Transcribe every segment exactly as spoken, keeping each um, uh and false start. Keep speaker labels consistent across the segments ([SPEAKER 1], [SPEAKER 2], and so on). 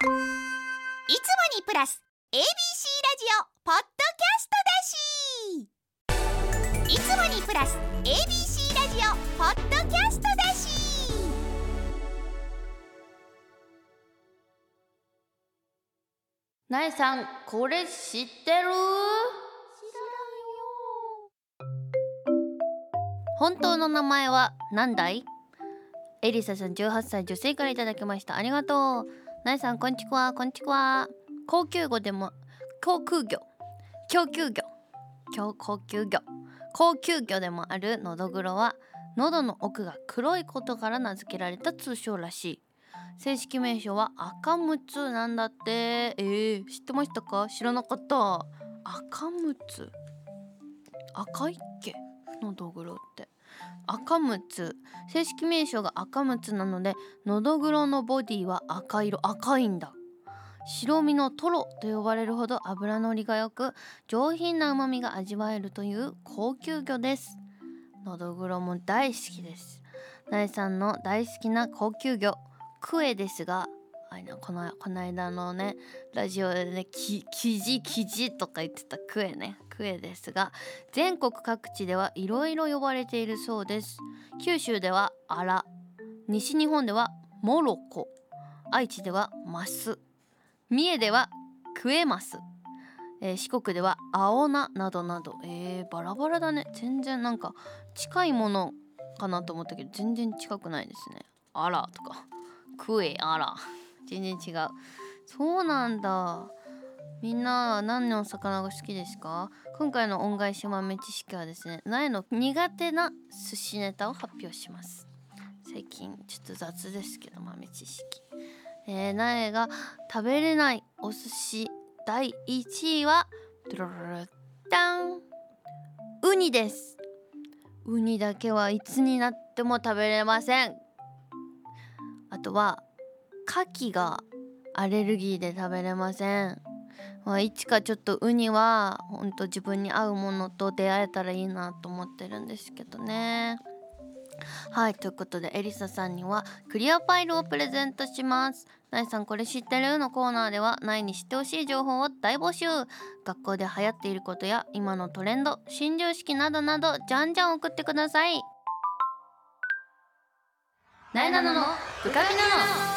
[SPEAKER 1] いつもにプラス エービーシー ラジオポッドキャストだし、いつもにプラス エービーシー ラジオポッドキャストだし。
[SPEAKER 2] なえさん、これ知ってる？本当の名前は何だい？エリサさんじゅうはっさい女性からいただきました。ありがとう。なえさんこんちくわこんちくわ。高級魚でも高級魚高級魚高級魚高級魚でもあるノドグロは喉の奥が黒いことから名付けられた通称らしい。正式名称は赤ムツなんだって。えー、知ってましたか？知らなかった。赤ムツ、赤いっけノドグロって。赤ムツ、正式名称が赤ムツなのでノドグロのボディは赤色、赤いんだ。白身のトロと呼ばれるほど脂のりが良く上品な旨味が味わえるという高級魚です。ノドグロも大好きです。なえさんの大好きな高級魚クエですが、あのこのこの間のねラジオでねきキジキジとか言ってたクエねクエですが、全国各地ではいろいろ呼ばれているそうです。九州ではアラ、西日本ではモロコ、愛知ではマス、三重ではクエマス、えー、四国では青菜などなど、えー、バラバラだね。全然なんか近いものかなと思ったけど全然近くないですね。あらとかクエあら全然違う。そうなんだ。みんなは何の魚が好きですか？今回の恩返し豆知識はですね、苗の苦手な寿司ネタを発表します。最近ちょっと雑ですけど豆知識、えー、苗が食べれないお寿司だいいちいはドロロロダン、ウニです。ウニだけはいつになっても食べれません。あとは牡蠣がアレルギーで食べれません。まあ、いつかちょっとウニはほんと自分に合うものと出会えたらいいなと思ってるんですけどね。はい、ということでエリサさんにはクリアファイルをプレゼントします。なえさんこれ知ってるのコーナーではなえに知ってほしい情報を大募集。学校で流行っていることや今のトレンド、新常識などなどじゃんじゃん送ってください。なえなののブカピナノ。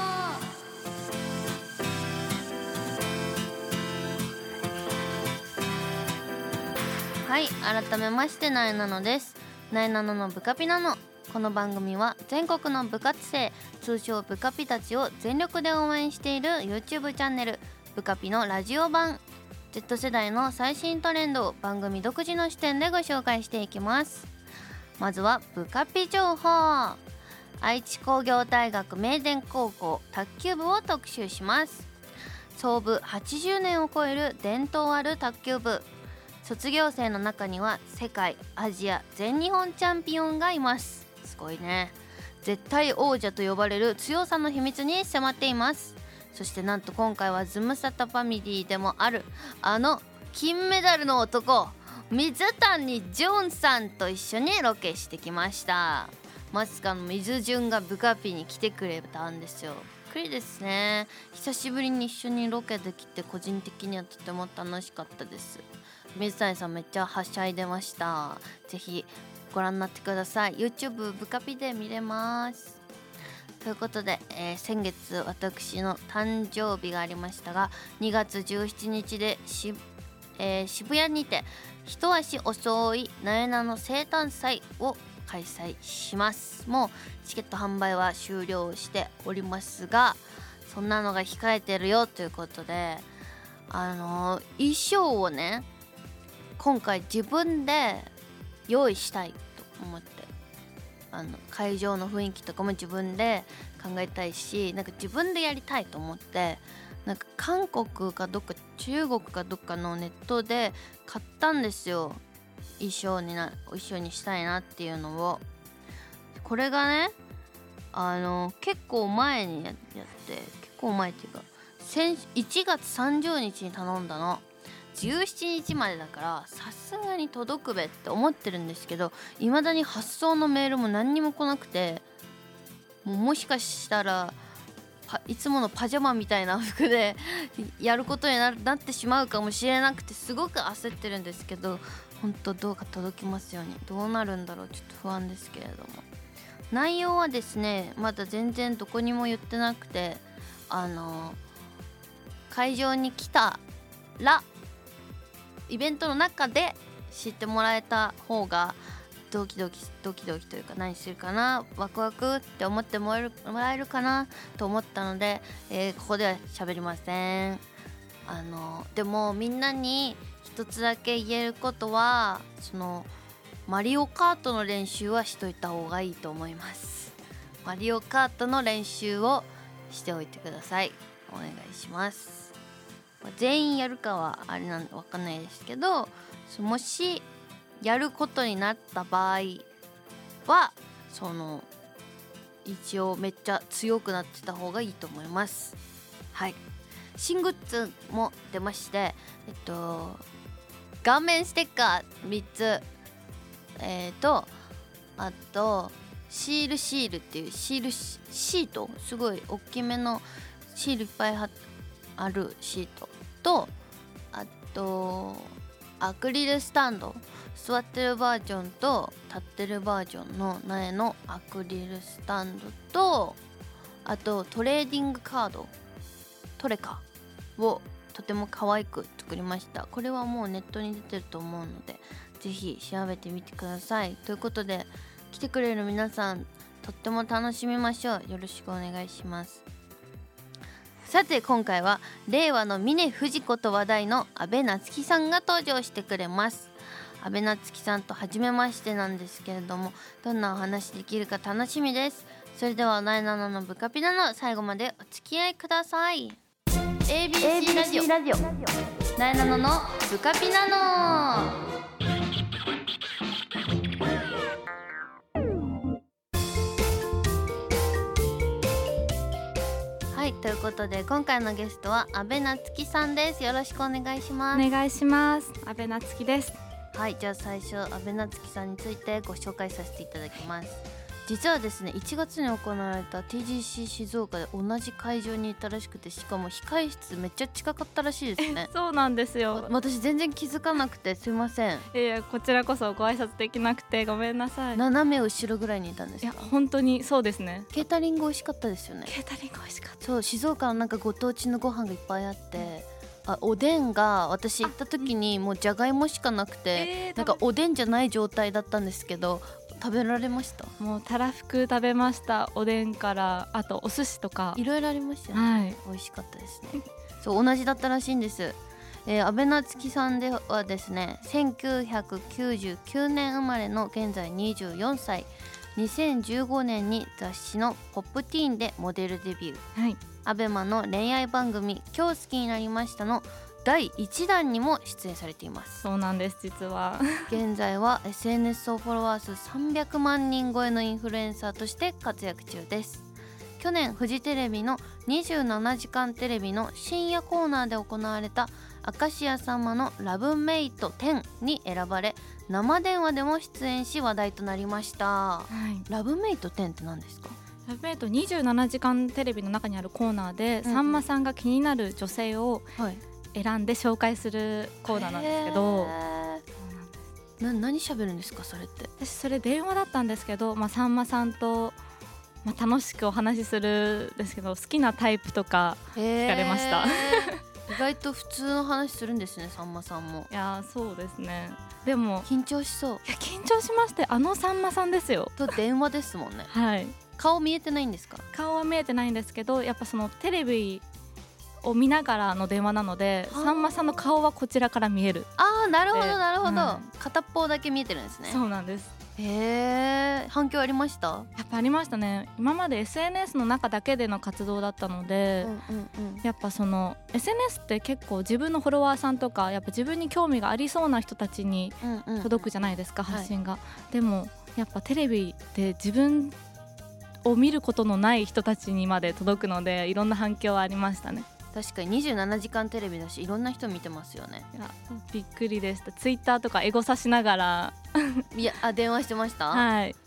[SPEAKER 2] はい、改めましてなえなのです。なえなののブカピナノ。この番組は全国の部活生、通称ブカピたちを全力で応援している YouTube チャンネルブカピのラジオ版。 Z 世代の最新トレンドを番組独自の視点でご紹介していきます。まずはブカピ情報。愛知工業大学名電高校卓球部を特集します。創部はちじゅうねんを超える伝統ある卓球部。卒業生の中には世界、アジア、全日本チャンピオンがいます。すごいね。絶対王者と呼ばれる強さの秘密に迫っています。そしてなんと今回はズムサタファミリーでもあるあの金メダルの男水谷隼さんと一緒にロケしてきました。まさかの水潤がブカピに来てくれたんですよ。びっくりですね。久しぶりに一緒にロケできて個人的にはとても楽しかったです。水谷さんめっちゃはしゃいでました。ぜひご覧になってください。 YouTube ブカピで見れます。ということで、えー、先月私の誕生日がありましたがにがつじゅうしちにちでし、えー、渋谷にて一足遅いなえなの生誕祭を開催します。もうチケット販売は終了しておりますがそんなのが控えてるよということで、あのー、衣装をね今回自分で用意したいと思って、あの会場の雰囲気とかも自分で考えたいし、なんか自分でやりたいと思って、なんか韓国かどっか中国かどっかのネットで買ったんですよ。衣装にな衣装にしたいなっていうのを。これがねあの結構前にやって結構前っていうかいちがつさんじゅうにちに頼んだの。じゅうしちにちまでだからさすがに届くべって思ってるんですけど、未だに発送のメールも何にも来なくて、もうもしかしたらパいつものパジャマみたいな服でやることにななってしまうかもしれなくてすごく焦ってるんですけど、本当どうか届きますように。どうなるんだろう、ちょっと不安ですけれども、内容はですねまだ全然どこにも言ってなくて、あの会場に来たらイベントの中で知ってもらえた方がドキドキドキドキというか、何するかな、ワクワクって思ってもらえる、もらえるかなと思ったので、えー、ここでは喋りません。あのでもみんなに一つだけ言えることは、そのマリオカートの練習はしといた方がいいと思います。マリオカートの練習をしておいてください。お願いします。全員やるかはあれなんで分かんないですけど、もしやることになった場合はその一応めっちゃ強くなってた方がいいと思います。はい、新グッズも出まして、えっと顔面ステッカーみっつ、えーとあとシールシールっていうシールシート、すごい大きめのシールいっぱいあるシートと、あとアクリルスタンド、座ってるバージョンと立ってるバージョンの苗のアクリルスタンドと、あとトレーディングカード、トレカをとても可愛く作りました。これはもうネットに出てると思うのでぜひ調べてみてください。ということで来てくれる皆さんとっても楽しみましょう。よろしくお願いします。さて今回は令和の峰不二子と話題の阿部夏希さんが登場してくれます。阿部夏希さんと初めましてなんですけれども、どんなお話できるか楽しみです。それではなえなののブカピナの最後までお付き合いください。 エービーシー ラジオ、なえなののブカピナのはい、ということで今回のゲストは阿部夏希さんです。よろしくお願いします。
[SPEAKER 3] お願いします。阿部夏希です。
[SPEAKER 2] はい、じゃあ最初阿部夏希さんについてご紹介させていただきます。実はですねいちがつに行われた ティージーシー 静岡で同じ会場にいたらしくて、しかも控室めっちゃ近かったらしいですね。
[SPEAKER 3] そうなんですよ。
[SPEAKER 2] 私全然気づかなくてすいません。
[SPEAKER 3] いやこちらこそご挨拶できなくてごめんなさい。
[SPEAKER 2] 斜め後ろぐらいにいたんですか？
[SPEAKER 3] いや本当にそうですね。
[SPEAKER 2] ケータリング美味しかったですよね。
[SPEAKER 3] ケータリング美味しかった。
[SPEAKER 2] そう、静岡のなんかご当地のご飯がいっぱいあって、あおでんが私行った時にもうじゃがいもしかなくて、
[SPEAKER 3] えー、
[SPEAKER 2] なんかおでんじゃない状態だったんですけど、食べられました？
[SPEAKER 3] もうたらふく食べました。おでんからあとお寿司とか
[SPEAKER 2] いろいろありましたよね、
[SPEAKER 3] はい、
[SPEAKER 2] 美味しかったですねそう同じだったらしいんです。えー、阿部夏希さんではですねせんきゅうひゃくきゅうじゅうきゅうねん生まれの現在にじゅうよんさい、にせんじゅうごねんに雑誌のポップティーンでモデルデビュー、
[SPEAKER 3] はい、
[SPEAKER 2] アベマの恋愛番組今日好きになりましたのだいいちだんにも出演されています。
[SPEAKER 3] そうなんです。実は
[SPEAKER 2] 現在は エスエヌエス 総フォロワー数さんびゃくまんにん超えのインフルエンサーとして活躍中です。去年フジテレビのにじゅうななじかんテレビの深夜コーナーで行われた明石家さんまのラブメイトじゅうに選ばれ、生電話でも出演し話題となりました、
[SPEAKER 3] はい、
[SPEAKER 2] ラブメイトじゅうって何ですか？
[SPEAKER 3] ラブメイトにじゅうななじかんテレビの中にあるコーナーで、
[SPEAKER 2] うんうん、
[SPEAKER 3] さんまさんが気になる女性を選んで紹介するコーナーなんですけど、
[SPEAKER 2] な何喋るんですかそれって？
[SPEAKER 3] 私それ電話だったんですけど、まあ、さんまさんと、まあ、楽しくお話しするんですけど、好きなタイプとか聞かれました
[SPEAKER 2] 意外と普通の話するんですね、さんまさんも。
[SPEAKER 3] いやそうですね。でも
[SPEAKER 2] 緊張しそう。
[SPEAKER 3] いや緊張しまして、あのさんまさんですよ。
[SPEAKER 2] と電話ですもんね
[SPEAKER 3] はい
[SPEAKER 2] 顔見えてないんですか？
[SPEAKER 3] 顔は見えてないんですけど、やっぱそのテレビを見ながらの電話なので、さんまさんの顔はこちらから見える。
[SPEAKER 2] あーなるほどなるほど、うん、片っぽだけ見えてるんですね。
[SPEAKER 3] そうなんです。
[SPEAKER 2] へー、反響ありました？
[SPEAKER 3] やっぱありましたね。今まで エスエヌエス の中だけでの活動だったので、うんうんうん、やっぱその エスエヌエス って結構自分のフォロワーさんとかやっぱ自分に興味がありそうな人たちに届くじゃないですか、うんうん、発信が、はい、でもやっぱテレビで自分を見ることのない人たちにまで届くので、いろんな反響はありましたね。
[SPEAKER 2] 確かににじゅうななじかんテレビだし、いろんな人見てますよね。
[SPEAKER 3] いやびっくりでした。ツイッターとかエゴサしながら
[SPEAKER 2] いやあ電話してました。
[SPEAKER 3] はい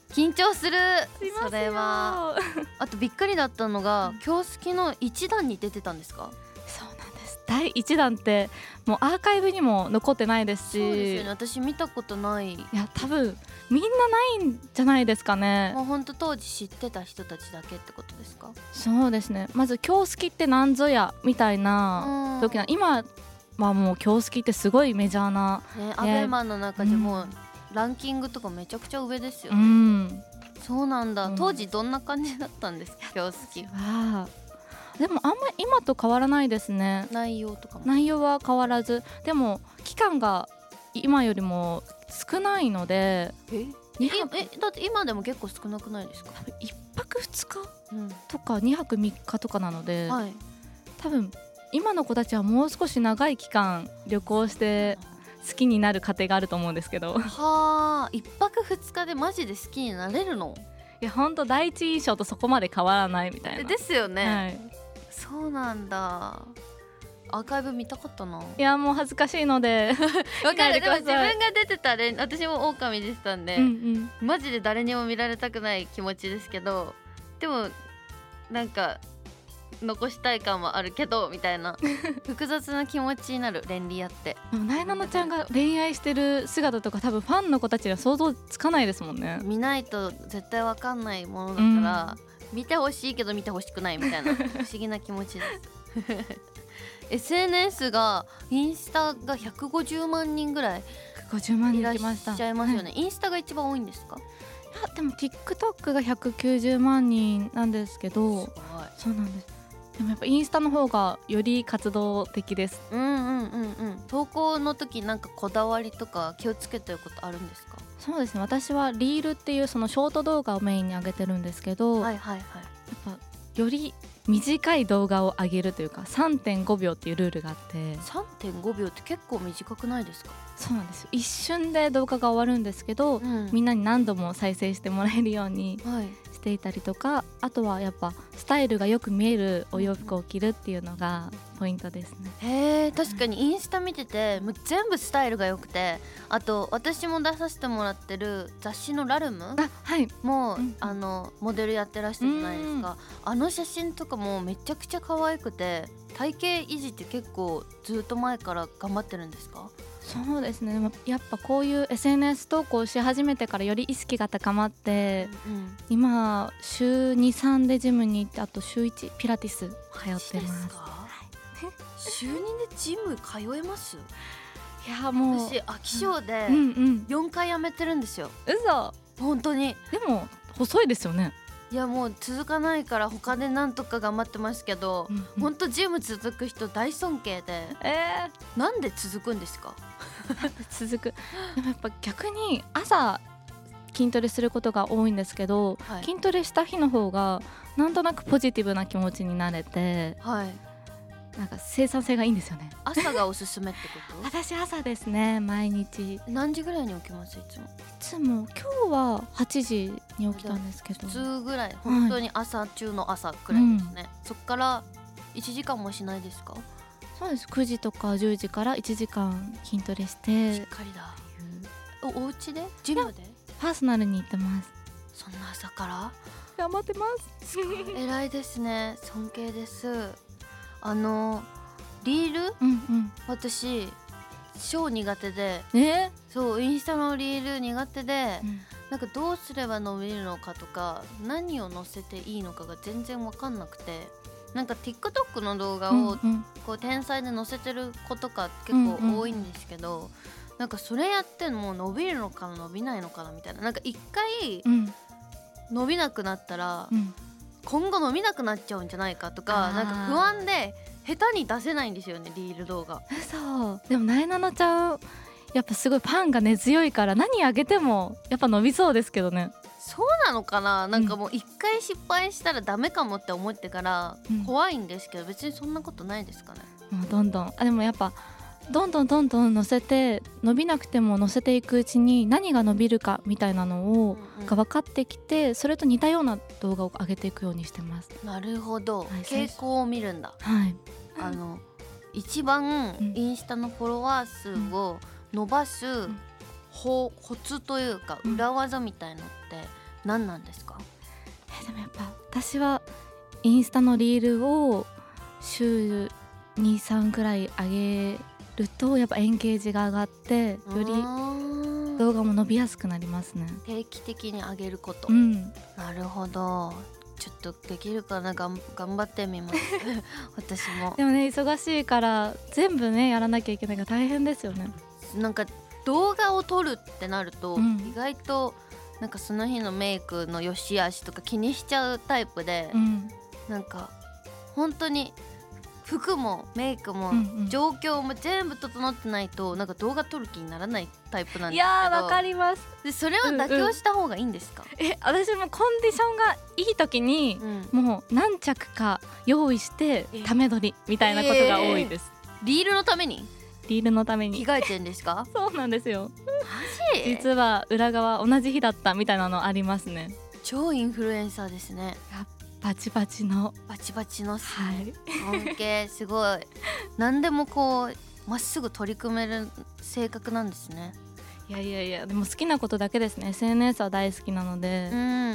[SPEAKER 2] 緊張する。
[SPEAKER 3] すいませんよ
[SPEAKER 2] それはあとびっくりだったのが、京スキの一弾に出てたんですか？
[SPEAKER 3] そうなんです。だいいちだんってもうアーカイブにも残ってないですし、
[SPEAKER 2] そうですよね、私見たことない。
[SPEAKER 3] いや多分みんなないんじゃないですかね。
[SPEAKER 2] もうほんと当時知ってた人たちだけってことですか？
[SPEAKER 3] そうですね。まず京スキってなんぞやみたいな時な、今はもう京スキってすごいメジャーな、
[SPEAKER 2] ね、アベマの中でもランキングとかめちゃくちゃ上ですよ
[SPEAKER 3] う
[SPEAKER 2] ね、
[SPEAKER 3] ん、
[SPEAKER 2] そうなんだ、
[SPEAKER 3] うん、
[SPEAKER 2] 当時どんな感じだったんですか、京スキ
[SPEAKER 3] はでもあんまり今と変わらないですね。
[SPEAKER 2] 内容とかも。
[SPEAKER 3] 内容は変わらず、でも期間が今よりも少ないので、
[SPEAKER 2] え
[SPEAKER 3] にはく
[SPEAKER 2] えだって今でも結構少なくないですか？
[SPEAKER 3] 多分いっぱくふつか
[SPEAKER 2] うん
[SPEAKER 3] とかにはくみっかとかなので、
[SPEAKER 2] はい、
[SPEAKER 3] 多分今の子たちはもう少し長い期間旅行して好きになる過程があると思うんですけど
[SPEAKER 2] はあ、一泊二日でマジで好きになれるの？
[SPEAKER 3] いやほんと第一印象とそこまで変わらないみたいな。
[SPEAKER 2] ですよね、
[SPEAKER 3] はい、
[SPEAKER 2] そうなんだ。アーカイブ見たかったな。
[SPEAKER 3] いやもう恥ずかしいので
[SPEAKER 2] わかる。でも自分
[SPEAKER 3] が
[SPEAKER 2] が出てた連、私も狼出てたんで、
[SPEAKER 3] うんうん、
[SPEAKER 2] マジで誰にも見られたくない気持ちですけど、でもなんか残したい感はあるけどみたいな複雑な気持ちになる。連理やって
[SPEAKER 3] でもなえなのちゃんが恋愛してる姿とか多分ファンの子たちには想像つかないですもんね。
[SPEAKER 2] 見ないと絶対わかんないものだから、うん、見てほしいけど見てほしくないみたいな不思議な気持ちですエスエヌエス がインスタがひゃくごじゅうまんにんぐらい
[SPEAKER 3] ごじゅうまんにん
[SPEAKER 2] いらっ
[SPEAKER 3] 来ました。
[SPEAKER 2] しゃいますよね、
[SPEAKER 3] はい、
[SPEAKER 2] インスタが一番多いんですか？
[SPEAKER 3] いやでも TikTok がひゃくきゅうじゅうまんにんなんですけど、
[SPEAKER 2] すごい。
[SPEAKER 3] そうなんです。でもやっぱインスタの方がより活動的です。
[SPEAKER 2] うんうんうんうん。投稿の時なんかこだわりとか気をつけてることあるんですか？
[SPEAKER 3] そうですね、私はリールっていうそのショート動画をメインに上げてるんですけど、
[SPEAKER 2] はいはいはい、
[SPEAKER 3] やっぱより短い動画を上げるというか さんてんごびょうっていうルールがあって。
[SPEAKER 2] さんてんごびょうって結構短くないですか？
[SPEAKER 3] そうなんですよ。一瞬で動画が終わるんですけど、
[SPEAKER 2] うん、
[SPEAKER 3] みんなに何度も再生してもらえるように
[SPEAKER 2] はい
[SPEAKER 3] していたりとか、あとはやっぱスタイルがよく見えるお洋服を着るっていうのがポイントですね。
[SPEAKER 2] へー、確かにインスタ見ててもう全部スタイルが良くて、あと私も出させてもらってる雑誌のラルム
[SPEAKER 3] あ、はい、
[SPEAKER 2] もう、
[SPEAKER 3] うん、
[SPEAKER 2] あのモデルやってらしたじゃないですか。あの写真とかもめちゃくちゃ可愛くて、体型維持って結構ずっと前から頑張ってるんですか？
[SPEAKER 3] そうですね、やっぱこういう エスエヌエス 投稿し始めてからより意識が高まって、うん、今週に、さんでジムに行って、あと週いちピラティス通ってます。
[SPEAKER 2] 週にでジム通えます？
[SPEAKER 3] いやもう
[SPEAKER 2] 私飽き性でよんかいやめてるんですよ。
[SPEAKER 3] うんうん、嘘？
[SPEAKER 2] 本当に。
[SPEAKER 3] でも細いですよね。
[SPEAKER 2] いやもう続かないから他でなんとか頑張ってますけど、うんうん、ほんとジム続く人大尊敬で、
[SPEAKER 3] えー、
[SPEAKER 2] なんで続くんですか？
[SPEAKER 3] 続く。でもやっぱ逆に朝筋トレすることが多いんですけど、はい、筋トレした日の方がなんとなくポジティブな気持ちになれて、はい、なんか生産性がいいんですよね。
[SPEAKER 2] 朝がおすすめってこと？
[SPEAKER 3] 私朝ですね、毎日。
[SPEAKER 2] 何時ぐらいに起きます？いつも。い
[SPEAKER 3] つも今日ははちじに起きたんですけど、
[SPEAKER 2] 普通ぐらい、本当に朝中の朝くらいですね、はい、うん、そっからいちじかんもしないですか？
[SPEAKER 3] そうです、くじとかじゅうじからいちじかん筋トレして
[SPEAKER 2] しっかりだ。お、お家で？ジムで？
[SPEAKER 3] パーソナルに行ってます。
[SPEAKER 2] そんな朝から
[SPEAKER 3] 頑張ってます。
[SPEAKER 2] 偉いですね、尊敬です。あのリール、
[SPEAKER 3] うんうん、
[SPEAKER 2] 私超苦手で、
[SPEAKER 3] え
[SPEAKER 2] そうインスタのリール苦手で、うん、なんかどうすれば伸びるのかとか何を載せていいのかが全然分かんなくて、なんか TikTok の動画をこう天才で載せてる子とか結構多いんですけど、うんうん、なんかそれやっても伸びるのかな伸びないのかなみたいな、なんか一回伸びなくなったら、うん、今後伸びなくなっちゃうんじゃないかとか、なんか不安で下手に出せないんですよね、リール動画。
[SPEAKER 3] そうでもなえなのちゃんやっぱすごいファンが根強いから何あげてもやっぱ伸びそうですけどね。
[SPEAKER 2] そうなのかな、なんかもう一回失敗したらダメかもって思ってから怖いんですけど、うん、別にそんなことないですかね。
[SPEAKER 3] もうどんどんあでもやっぱどんどんどんどん乗せて、伸びなくても乗せていくうちに何が伸びるかみたいなのを、うんうん、が分かってきて、それと似たような動画を上げていくようにしてます。
[SPEAKER 2] なるほど、はい、傾向を見るんだ。
[SPEAKER 3] はい、
[SPEAKER 2] あの一番インスタのフォロワー数を伸ばす、うん、コツというか裏技みたいのって何なんですか？
[SPEAKER 3] えでもやっぱ私はインスタのリールを週に、さんくらい上げるとやっぱエンゲージが上がってより動画も伸びやすくなりますね。
[SPEAKER 2] 定期的に上げること、
[SPEAKER 3] うん、
[SPEAKER 2] なるほど。ちょっとできるかな、がん頑張ってみます私も。
[SPEAKER 3] でもね忙しいから全部ねやらなきゃいけないから大変ですよね。
[SPEAKER 2] なんか動画を撮るってなると、
[SPEAKER 3] うん、
[SPEAKER 2] 意外となんかその日のメイクの良し悪しとか気にしちゃうタイプで、
[SPEAKER 3] うん、
[SPEAKER 2] なんか本当に服もメイクも
[SPEAKER 3] うんうん、
[SPEAKER 2] 状況も全部整ってないとなんか動画撮る気にならないタイプなんですけど。
[SPEAKER 3] いやーわかります。
[SPEAKER 2] でそれは妥協した方がいいんですか？
[SPEAKER 3] うんうん、え私もコンディションがいい時に、うん、もう何着か用意してため撮りみたいなことが多いです、
[SPEAKER 2] えー、リールのために
[SPEAKER 3] リールのために
[SPEAKER 2] 着替えてんですか？
[SPEAKER 3] そうなんですよ。
[SPEAKER 2] マジ？
[SPEAKER 3] 実は裏側同じ日だったみたいなのありますね。
[SPEAKER 2] 超インフルエンサーですね。
[SPEAKER 3] やっバチバチの
[SPEAKER 2] バチバチのっすね、
[SPEAKER 3] はい、
[SPEAKER 2] 尊敬すごい。何でもこうまっすぐ取り組める性格なんですね。
[SPEAKER 3] いやいやいやでも好きなことだけですね。 エスエヌエス は大好きなので。
[SPEAKER 2] うん、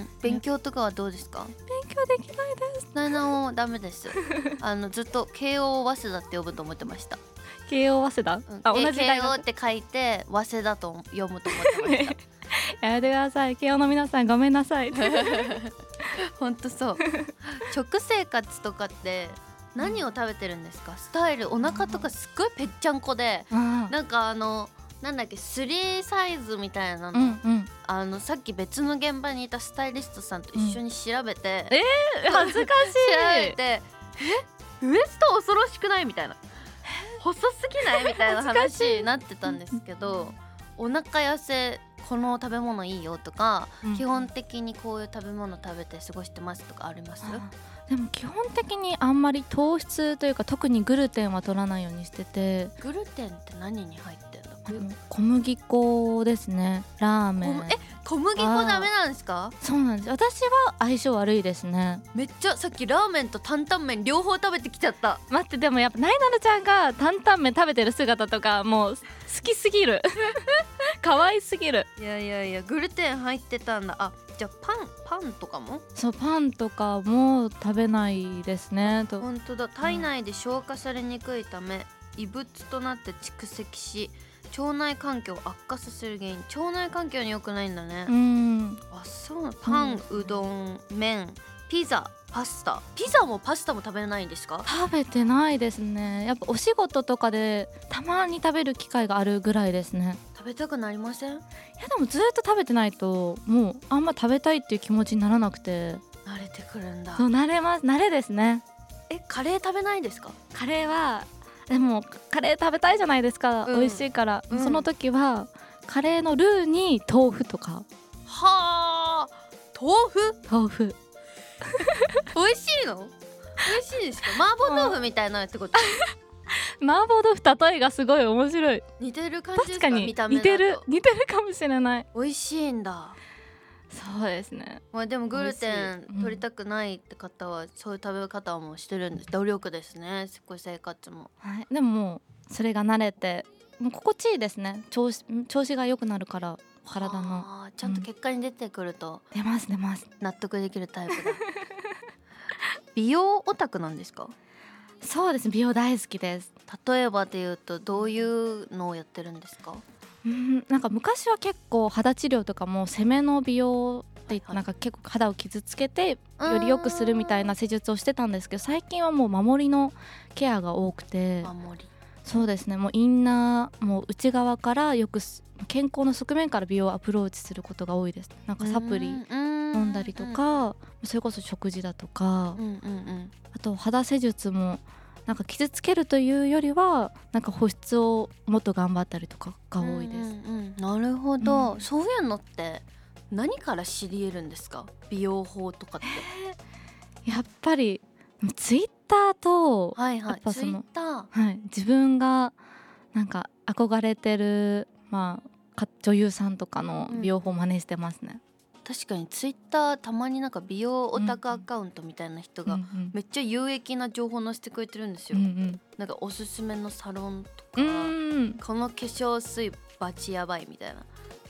[SPEAKER 2] 勉強とかはどうですか？
[SPEAKER 3] 勉強できないです。
[SPEAKER 2] ななダメですあのずっと慶応早稲田って呼ぶと思ってました。
[SPEAKER 3] 慶応早稲田、うん、あ同じ大学。
[SPEAKER 2] 慶応って書いて早稲田と読むと思ってました
[SPEAKER 3] やめてください、慶応の皆さんごめんなさい
[SPEAKER 2] ほんとそう。食生活とかって何を食べてるんですか？スタイルお腹とかすっごいぺっちゃんこで、うん、なんかあのなんだっけスリーサイズみたいなの、うんうん、あのさっき別の現場にいたスタイリストさんと一緒に調べて、
[SPEAKER 3] うん、えー、恥ずかしい
[SPEAKER 2] 調べてえウエスト恐ろしくないみたいな、細すぎないみたいな話になってたんですけどお腹痩せこの食べ物いいよとか、うん、基本的にこういう食べ物食べて過ごしてますとかあります？
[SPEAKER 3] でも基本的にあんまり糖質というか特にグルテンは取らないようにしてて。
[SPEAKER 2] グルテンって何に入ってるの？
[SPEAKER 3] 小麦粉ですね。ラーメン。
[SPEAKER 2] え小麦粉ダメなんですか？
[SPEAKER 3] そうなんです。私は相性悪いですね。
[SPEAKER 2] めっちゃさっきラーメンと担々麺両方食べてきちゃった。
[SPEAKER 3] 待ってでもやっぱなえなのちゃんが担々麺食べてる姿とかもう好きすぎる可愛すぎる。
[SPEAKER 2] いやいやいやグルテン入ってたんだ。あじゃあパンパンとかも？
[SPEAKER 3] そうパンとかも食べないですね。と
[SPEAKER 2] 本当だ。体内で消化されにくいため、うん、異物となって蓄積し腸内環境を悪化させる原因。腸内環境に良くないんだね。うんあそうパン、うん、うどん麺ピザパスタ。ピザもパスタも食べないんですか？
[SPEAKER 3] 食べてないですね。やっぱお仕事とかでたまに食べる機会があるぐらいですね。
[SPEAKER 2] 食べたくなりません？いや
[SPEAKER 3] でもずっと食べてないともうあんま食べたいっていう気持ちにならなくて。
[SPEAKER 2] 慣れてくるんだ。
[SPEAKER 3] そう慣れます慣れですね。
[SPEAKER 2] えカレー食べないですか？
[SPEAKER 3] カレーはでもカレー食べたいじゃないですか、うん、美味しいから、うん、その時はカレーのルーに豆腐とか。
[SPEAKER 2] はあ豆腐
[SPEAKER 3] 豆腐
[SPEAKER 2] 美味しいの？美味しいですか？麻婆豆腐みたいなってこと？
[SPEAKER 3] 麻婆豆腐例えがすごい面白い。
[SPEAKER 2] 似てる感じですか？
[SPEAKER 3] 確かに
[SPEAKER 2] 見た目だと
[SPEAKER 3] 似てる似てるかもしれない。
[SPEAKER 2] 美味しいんだ。
[SPEAKER 3] そうですね。
[SPEAKER 2] まあでもグルテン取りたくないって方は、うん、そういう食べ方もしてるんです。努力ですね。食生活も、
[SPEAKER 3] はい、でももうそれが慣れてもう心地いいですね。調子調子が良くなるから体の
[SPEAKER 2] ちゃんと結果に出てくると、
[SPEAKER 3] うん、出ます出ます。
[SPEAKER 2] 納得できるタイプだ美容オタクなんですか？
[SPEAKER 3] そうですね美容大好きです。
[SPEAKER 2] 例えばで言うとどういうのをやってるんですか？
[SPEAKER 3] うん、なんか昔は結構肌治療とかも攻めの美容ってなんか結構肌を傷つけてより良くするみたいな施術をしてたんですけど、最近はもう守りのケアが多くて。
[SPEAKER 2] 守り
[SPEAKER 3] そうですねもうインナーもう内側からよく健康の側面から美容をアプローチすることが多いです。なんかサプリ飲んだりとかそれこそ食事だとか、うんうんうん、あと肌施術もなんか傷つけるというよりはなんか保湿をもっと頑張ったりとかが多いです、うんうん
[SPEAKER 2] うん、なるほど、うん、そういうのって何から知り得るんですか？美容法とかって、
[SPEAKER 3] えー、やっぱりツイッターと、
[SPEAKER 2] はいはい、
[SPEAKER 3] やっぱその
[SPEAKER 2] ツイッター、
[SPEAKER 3] はい、自分がなんか憧れてる、まあ、女優さんとかの美容法を真似してますね、
[SPEAKER 2] うん、確かにツイッターたまになんか美容オタクアカウントみたいな人がめっちゃ有益な情報載せてくれてるんですよ、うんうん、なんかおすすめのサロンとか、うん、この化粧水バチやばいみたいな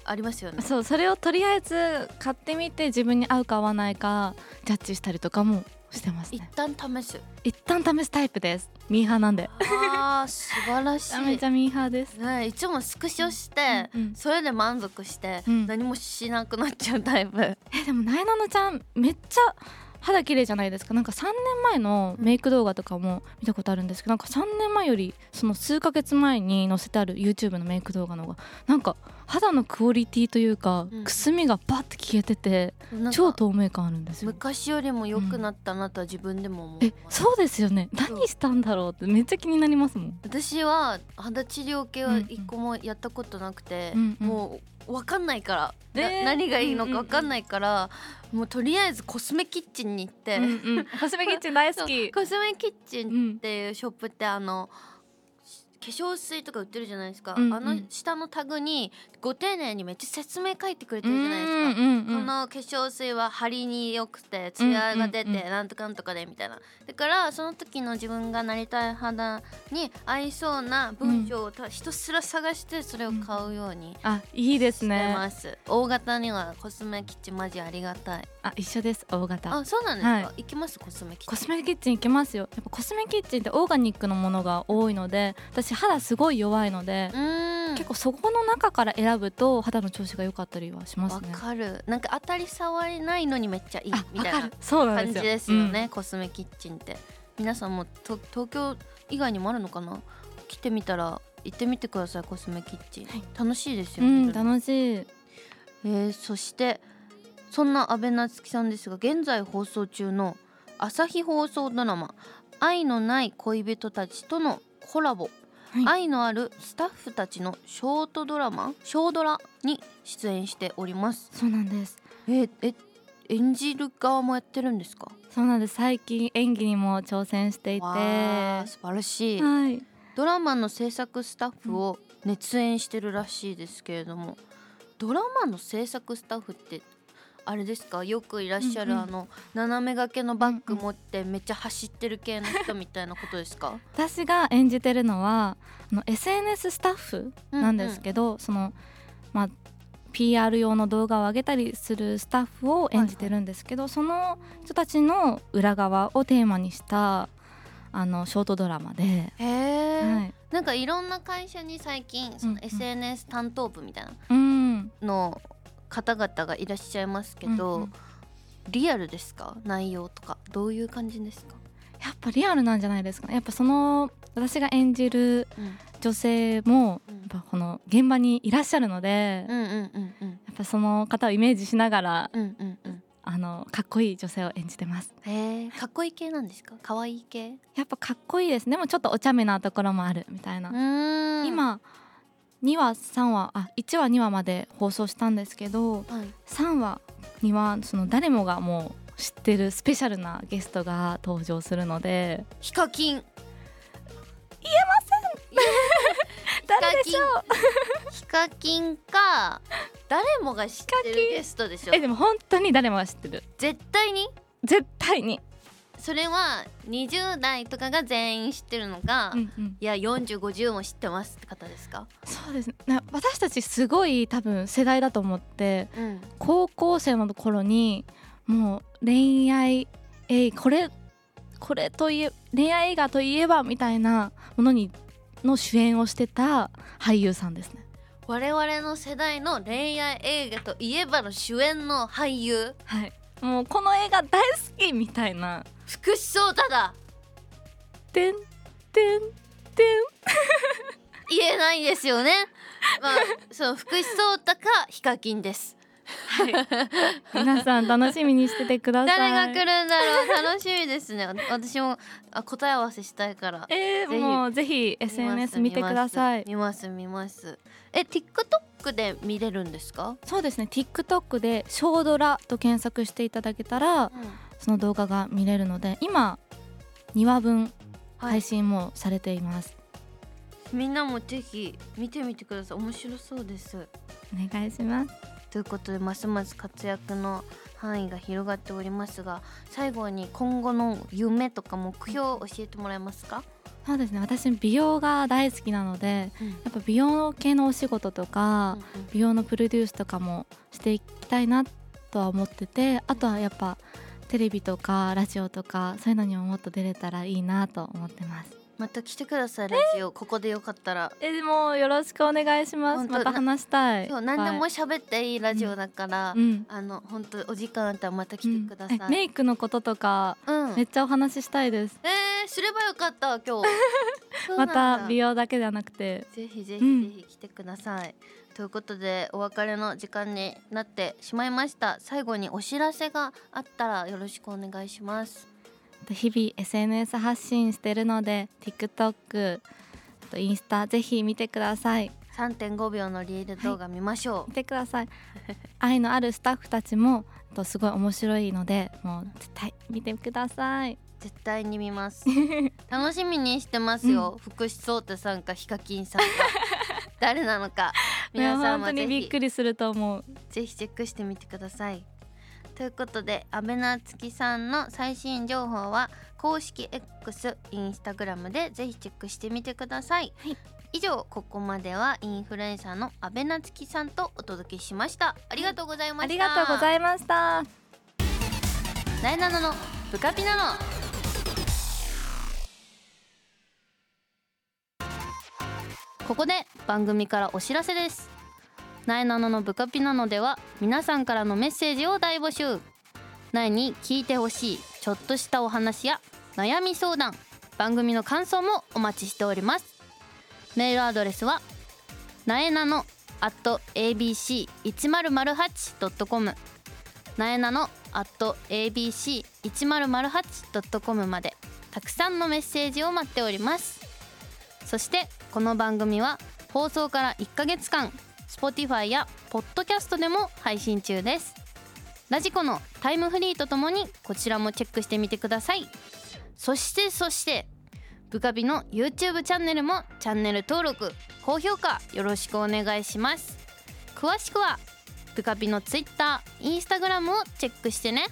[SPEAKER 2] ありますよね。
[SPEAKER 3] そう、それをとりあえず買ってみて自分に合うか合わないかジャッジしたりとかもしてますね。
[SPEAKER 2] 一旦試す。
[SPEAKER 3] 一旦試すタイプです。ミーハーなんで。
[SPEAKER 2] あー素晴らしい。
[SPEAKER 3] めちゃミーハーです、
[SPEAKER 2] ね、いつもスクショして、うんうん、それで満足して、うん、何もしなくなっちゃうタイプ。え
[SPEAKER 3] でもなえなのちゃんめっちゃ肌綺麗じゃないですか。なんかさんねんまえのメイク動画とかも見たことあるんですけど、なんかさんねんまえよりその数ヶ月前に載せてある YouTube のメイク動画の方がなんか肌のクオリティというか、うん、くすみがバッて消えてて超透明感あるんですよ。
[SPEAKER 2] 昔よりも良くなったなとは自分でも思う、
[SPEAKER 3] うん、えそうですよね。何したんだろうってめっちゃ気になりますもん。
[SPEAKER 2] 私は肌治療系は一個もやったことなくて、うんうん、もう分かんないから、えー、何がいいのか分かんないから、うんうんうん、もうとりあえずコスメキッチンに行って、うんうん、
[SPEAKER 3] コスメキッチン大好き。
[SPEAKER 2] コスメキッチンっていうショップってあの化粧水とか売ってるじゃないですか、うんうん、あの下のタグにご丁寧にめっちゃ説明書いてくれてるじゃないですか、うんうんうん、この化粧水は張りに良くてツヤが出てなんとかなんとかでみたいな。だからその時の自分がなりたい肌に合いそうな文章をひたすら探してそれを買うように、うん、
[SPEAKER 3] あいいですね。
[SPEAKER 2] してます。大型にはコスメキッチンマジありがたい。
[SPEAKER 3] あ一緒です。大型。
[SPEAKER 2] あそうなんですか、はい、行きます。コスメキッチン。
[SPEAKER 3] コスメキッチン行きますよ。やっぱコスメキッチンってオーガニックのものが多いので、私肌すごい弱いので結構そこの中から選ぶと肌の調子が良かったりはしますね。
[SPEAKER 2] わかる。なんか当たり障りないのにめっちゃいいみたいな感じですよね、うん、コスメキッチンって。皆さんもと東京以外にもあるのかな。来てみたら行ってみてください。コスメキッチン、はい、楽しいですよね、
[SPEAKER 3] うん、楽しい、
[SPEAKER 2] えー、そしてそんな阿部なつきさんですが、現在放送中の朝日放送ドラマ愛のない恋人たちとのコラボ、はい、愛のあるスタッフたちのショートドラマショードラに出演しております。
[SPEAKER 3] そうなんです。
[SPEAKER 2] ええ演じる側もやってるんですか？
[SPEAKER 3] そうなんです。最近演技にも挑戦していて素
[SPEAKER 2] 晴らしい、
[SPEAKER 3] はい、
[SPEAKER 2] ドラマの制作スタッフを熱演してるらしいですけれども、うん、ドラマの制作スタッフってあれですか？よくいらっしゃる、うんうん、あの斜め掛けのバッグ持ってめっちゃ走ってる系の人みたいなことですか？
[SPEAKER 3] 私が演じてるのはあの エスエヌエス スタッフなんですけど、うんうん、そのまあピーアール 用の動画を上げたりするスタッフを演じてるんですけど、はいはい、その人たちの裏側をテーマにしたあのショートドラマで、へ
[SPEAKER 2] ー、はい、なんかいろんな会社に最近その エスエヌエス 担当部みたいなの方々がいらっしゃいますけど、うんうん、リアルですか？内容とかどういう感じですか？
[SPEAKER 3] やっぱリアルなんじゃないですかね。やっぱその私が演じる女性も、うん、やっぱこの現場にいらっしゃるので、うんうんうんうん、やっぱその方をイメージしながら、うんうんうん、あのかっこいい女性を演じてます。
[SPEAKER 2] へー、かっこいい系なんですか？かわいい系？
[SPEAKER 3] やっぱかっこいいです。でもちょっとお茶目なところもあるみたいな。うーん、今にわさんわあいちわにわまで放送したんですけど、はい、さんわにはその誰もがもう知ってるスペシャルなゲストが登場するので。
[SPEAKER 2] ヒカキン。
[SPEAKER 3] 言えません誰でしょう
[SPEAKER 2] ヒカキンか誰もが知ってるゲストでしょ。
[SPEAKER 3] えでも本当に誰もが知ってる。
[SPEAKER 2] 絶対に
[SPEAKER 3] 絶対に
[SPEAKER 2] それはにじゅう代とかが全員知ってるのか、うんうん、いやよんじゅう、ごじゅうも知ってますって方ですか？
[SPEAKER 3] そうですね。私たちすごい多分世代だと思って、うん、高校生の頃にもう恋愛えこれこれといえ恋愛映画といえばみたいなものにの主演をしてた俳優さんですね。
[SPEAKER 2] 我々の世代の恋愛映画といえばの主演の俳優、
[SPEAKER 3] はい、もうこの映画大好きみたいな。
[SPEAKER 2] 福士蒼汰だ。
[SPEAKER 3] てんてんてん
[SPEAKER 2] 言えないですよね。まあその福士蒼汰かヒカキンです。
[SPEAKER 3] はい、皆さん楽しみにしててください。
[SPEAKER 2] 誰が来るんだろう楽しみですね。私もあ答え合わせしたいから、
[SPEAKER 3] えー、ぜひもうぜひ エスエヌエス 見てください。
[SPEAKER 2] 見ます見ますえ TikTok で見れるんですか？
[SPEAKER 3] そうですね TikTok でショードラと検索していただけたら、うん、その動画が見れるので今にわぶん配信もされています、
[SPEAKER 2] はい、みんなもぜひ見てみてください。面白そうです。
[SPEAKER 3] お願いします。
[SPEAKER 2] ということでますます活躍の範囲が広がっておりますが、最後に今後の夢とか目標を教えてもらえますか？
[SPEAKER 3] そうですね、私美容が大好きなので、うん、やっぱ美容系のお仕事とか、うんうん、美容のプロデュースとかもしていきたいなとは思ってて、あとはやっぱテレビとかラジオとかそういうのにももっと出れたらいいなと思ってます。
[SPEAKER 2] また来てください、ラジオ。ここでよかったら
[SPEAKER 3] えでもよろしくお願いします。また話したい。
[SPEAKER 2] そう、何でも喋っていいラジオだから、うん、あの本当お時間あったらまた来てください、
[SPEAKER 3] うん、メイクのこととか、うん、めっちゃお話ししたいです。
[SPEAKER 2] えー、すればよかった今日
[SPEAKER 3] また美容だけではなくて
[SPEAKER 2] ぜひぜひぜひ来てください、うん、ということでお別れの時間になってしまいました。最後にお知らせがあったらよろしくお願いします。
[SPEAKER 3] 日々 エスエヌエス 発信してるので TikTok、あとインスタぜひ見てください。
[SPEAKER 2] さんてんごびょうのリール動画見ましょう、はい、
[SPEAKER 3] 見てください愛のあるスタッフたちもすごい面白いのでもう絶対見てください。
[SPEAKER 2] 絶対に見ます楽しみにしてますよ、うん、福士蒼汰さんかヒカキンさんが誰なのか皆さんもぜひ
[SPEAKER 3] 本当にびっくりすると思う。
[SPEAKER 2] ぜひチェックしてみてください。ということで阿部なつきさんの最新情報は公式 X、インスタグラムでぜひチェックしてみてください、はい、以上ここまではインフルエンサーの阿部なつきさんとお届けしました。ありがとうございました。
[SPEAKER 3] ありがとうございました。
[SPEAKER 2] なえなののブカピナノ。ここで番組からお知らせです。なえなののブカピナノでは皆さんからのメッセージを大募集。なえに聞いてほしいちょっとしたお話や悩み相談、番組の感想もお待ちしております。メールアドレスはなえなの アットエービーシーいちまるまるはちドットコム なえなの アットエービーシーいちまるまるはちドットコム までたくさんのメッセージを待っております。そしてこの番組は放送からいっかげつかんSpotify や Podcast でも配信中です。ラジコのタイムフリーとともにこちらもチェックしてみてください。そしてそしてブカビの YouTube チャンネルもチャンネル登録高評価よろしくお願いします。詳しくはブカビの Twitter、Instagram をチェックしてね。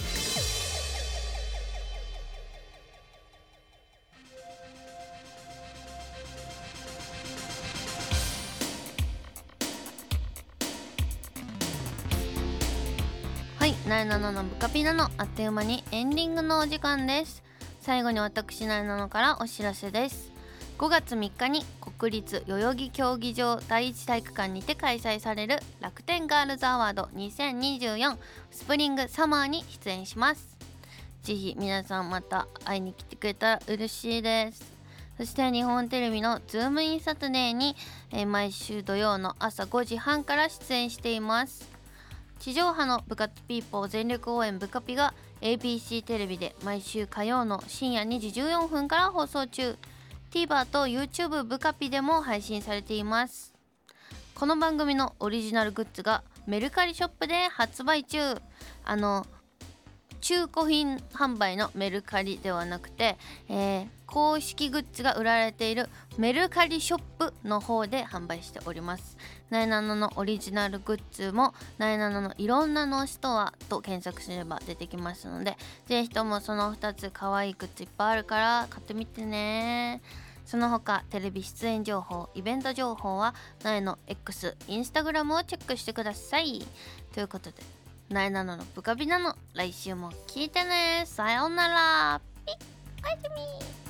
[SPEAKER 2] はい、なえなののブカピナノ、あっという間にエンディングのお時間です。最後に私なえなのからお知らせです。ごがつみっかに国立代々木競技場第一体育館にて開催される楽天ガールズアワードにせんにじゅうよんスプリングサマーに出演します。ぜひ皆さんまた会いに来てくれたら嬉しいです。そして日本テレビのズームインサタデーに、えー、毎週土曜の朝ごじはんから出演しています。地上波の部活ピーポー全力応援ブカピが エービーシー テレビで毎週火曜の深夜にじじゅうよんぷんから放送中。 TVer と YouTube ブカピでも配信されています。この番組のオリジナルグッズがメルカリショップで発売中。あの中古品販売のメルカリではなくて、えー、公式グッズが売られているメルカリショップの方で販売しております。なえなののオリジナルグッズもなえなののいろんなのストアと検索すれば出てきますので、ぜひともそのふたつ可愛いグッズいっぱいあるから買ってみてね。その他テレビ出演情報、イベント情報はなえの X、インスタグラムをチェックしてください。ということでなえなののブカビナノ、来週も聞いてね。さようなら。ピッ、おやすみ。